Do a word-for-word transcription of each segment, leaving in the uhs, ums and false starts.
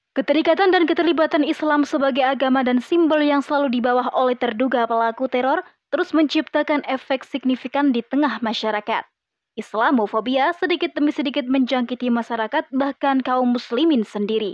Keterikatan dan keterlibatan Islam sebagai agama dan simbol yang selalu di bawah oleh terduga pelaku teror terus menciptakan efek signifikan di tengah masyarakat. Islamofobia sedikit demi sedikit menjangkiti masyarakat, bahkan kaum muslimin sendiri.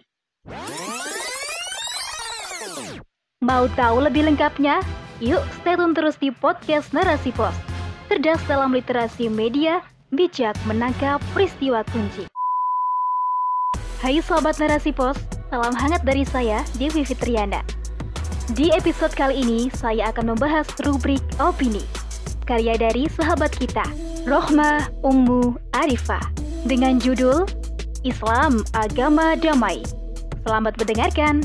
Mau tahu lebih lengkapnya? Yuk stay tune terus di podcast Narasi Pos. Cerdas dalam literasi media, bijak menangkap peristiwa kunci. Hai sobat Narasi Pos, salam hangat dari saya, Dewi Fitriana. Di episode kali ini, saya akan membahas rubrik opini, karya dari sahabat kita, Rohmah Ummu Arifah, dengan judul Islam Agama Damai. Selamat mendengarkan.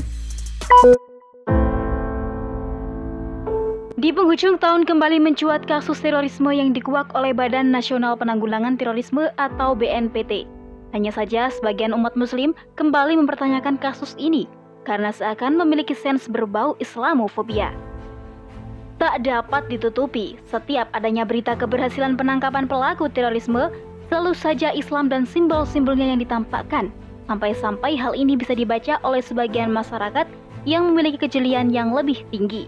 Di penghujung tahun kembali mencuat kasus terorisme yang dikuak oleh Badan Nasional Penanggulangan Terorisme atau B N P T. Hanya saja sebagian umat muslim kembali mempertanyakan kasus ini karena seakan memiliki sens berbau Islamofobia. Tak dapat ditutupi, setiap adanya berita keberhasilan penangkapan pelaku terorisme, selalu saja Islam dan simbol-simbolnya yang ditampakkan, sampai-sampai hal ini bisa dibaca oleh sebagian masyarakat yang memiliki kejelian yang lebih tinggi.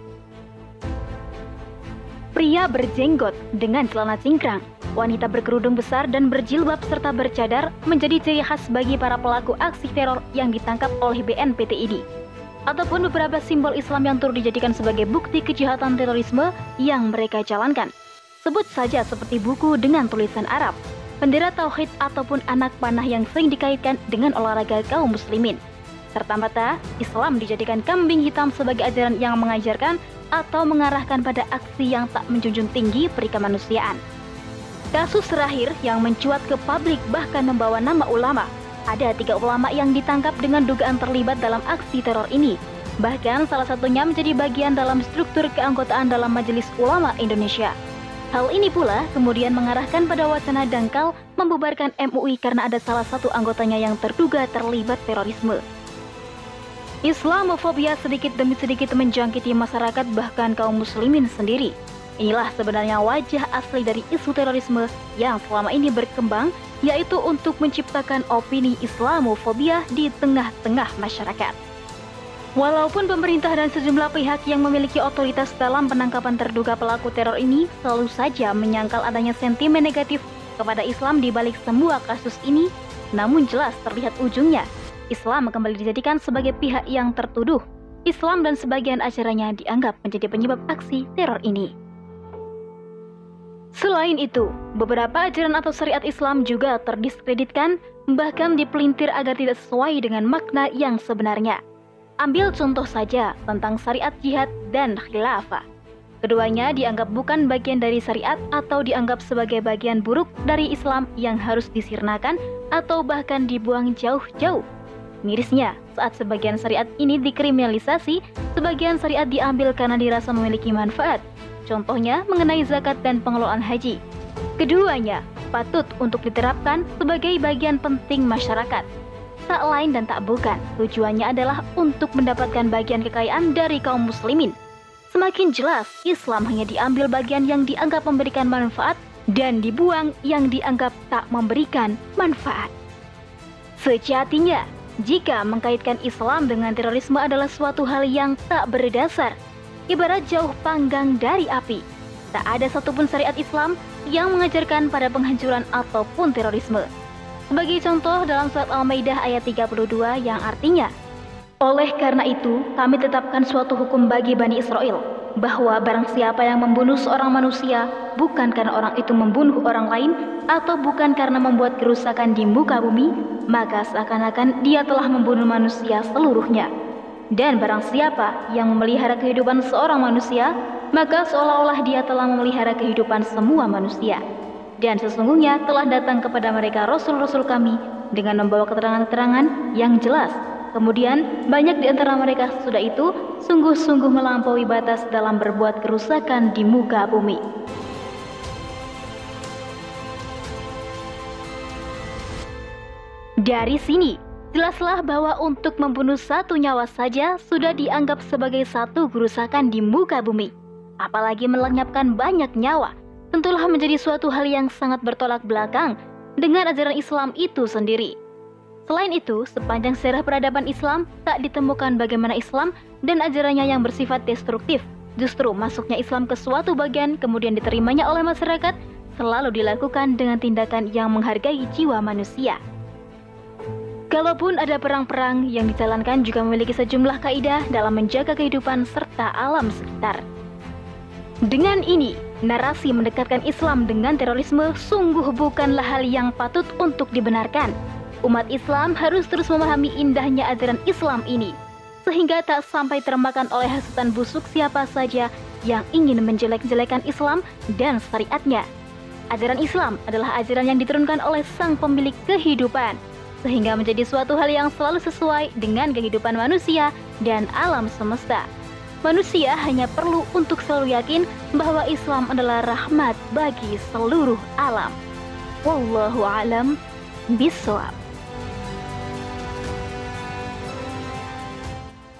Pria berjenggot dengan celana cingkrang, wanita berkerudung besar dan berjilbab serta bercadar menjadi ciri khas bagi para pelaku aksi teror yang ditangkap oleh B N P T ini. Ataupun beberapa simbol Islam yang turut dijadikan sebagai bukti kejahatan terorisme yang mereka jalankan. Sebut saja seperti buku dengan tulisan Arab, bendera tauhid ataupun anak panah yang sering dikaitkan dengan olahraga kaum muslimin. Serta-merta, Islam dijadikan kambing hitam sebagai ajaran yang mengajarkan atau mengarahkan pada aksi yang tak menjunjung tinggi perikemanusiaan. Kasus terakhir yang mencuat ke publik bahkan membawa nama ulama. Ada tiga ulama yang ditangkap dengan dugaan terlibat dalam aksi teror ini. Bahkan salah satunya menjadi bagian dalam struktur keanggotaan dalam Majelis Ulama Indonesia. Hal ini pula kemudian mengarahkan pada wacana dangkal membubarkan M U I karena ada salah satu anggotanya yang terduga terlibat terorisme. Islamofobia sedikit demi sedikit menjangkiti masyarakat bahkan kaum muslimin sendiri. Inilah sebenarnya wajah asli dari isu terorisme yang selama ini berkembang, yaitu untuk menciptakan opini Islamofobia di tengah-tengah masyarakat. Walaupun pemerintah dan sejumlah pihak yang memiliki otoritas dalam penangkapan terduga pelaku teror ini selalu saja menyangkal adanya sentimen negatif kepada Islam di balik semua kasus ini, namun jelas terlihat ujungnya. Islam kembali dijadikan sebagai pihak yang tertuduh. Islam dan sebagian ajarannya dianggap menjadi penyebab aksi teror ini. Selain itu, beberapa ajaran atau syariat Islam juga terdiskreditkan, bahkan dipelintir agar tidak sesuai dengan makna yang sebenarnya. Ambil contoh saja tentang syariat jihad dan khilafah. Keduanya dianggap bukan bagian dari syariat atau dianggap sebagai bagian buruk dari Islam yang harus disirnakan atau bahkan dibuang jauh-jauh. Mirisnya, saat sebagian syariat ini dikriminalisasi, sebagian syariat diambil karena dirasa memiliki manfaat. Contohnya mengenai zakat dan pengelolaan haji. Keduanya patut untuk diterapkan sebagai bagian penting masyarakat. Tak lain dan tak bukan, tujuannya adalah untuk mendapatkan bagian kekayaan dari kaum muslimin. Semakin jelas, Islam hanya diambil bagian yang dianggap memberikan manfaat dan dibuang yang dianggap tak memberikan manfaat. Sejatinya, jika mengkaitkan Islam dengan terorisme adalah suatu hal yang tak berdasar, ibarat jauh panggang dari api. Tak ada satupun syariat Islam yang mengajarkan pada penghancuran ataupun terorisme. Sebagai contoh dalam surat Al-Maidah ayat tiga puluh dua yang artinya, oleh karena itu kami tetapkan suatu hukum bagi Bani Israel, bahwa barang siapa yang membunuh seorang manusia bukan karena orang itu membunuh orang lain atau bukan karena membuat kerusakan di muka bumi, maka seakan-akan dia telah membunuh manusia seluruhnya. Dan barang siapa yang memelihara kehidupan seorang manusia, maka seolah-olah dia telah memelihara kehidupan semua manusia. Dan sesungguhnya telah datang kepada mereka Rasul-Rasul kami dengan membawa keterangan-keterangan yang jelas. Kemudian banyak di antara mereka sesudah itu sungguh-sungguh melampaui batas dalam berbuat kerusakan di muka bumi. Dari sini, jelaslah bahwa untuk membunuh satu nyawa saja sudah dianggap sebagai satu kerusakan di muka bumi. Apalagi melenyapkan banyak nyawa, tentulah menjadi suatu hal yang sangat bertolak belakang dengan ajaran Islam itu sendiri. Selain itu, sepanjang sejarah peradaban Islam, tak ditemukan bagaimana Islam dan ajarannya yang bersifat destruktif. Justru masuknya Islam ke suatu bagian kemudian diterimanya oleh masyarakat selalu dilakukan dengan tindakan yang menghargai jiwa manusia. Kalaupun ada perang-perang yang dijalankan juga memiliki sejumlah kaidah dalam menjaga kehidupan serta alam sekitar. Dengan ini, narasi mendekatkan Islam dengan terorisme sungguh bukanlah hal yang patut untuk dibenarkan. Umat Islam harus terus memahami indahnya ajaran Islam ini, sehingga tak sampai termakan oleh hasutan busuk siapa saja yang ingin menjelek-jelekan Islam dan syariatnya. Ajaran Islam adalah ajaran yang diturunkan oleh Sang Pemilik kehidupan, sehingga menjadi suatu hal yang selalu sesuai dengan kehidupan manusia dan alam semesta. Manusia hanya perlu untuk selalu yakin bahwa Islam adalah rahmat bagi seluruh alam. Wallahu a'lam bishawab.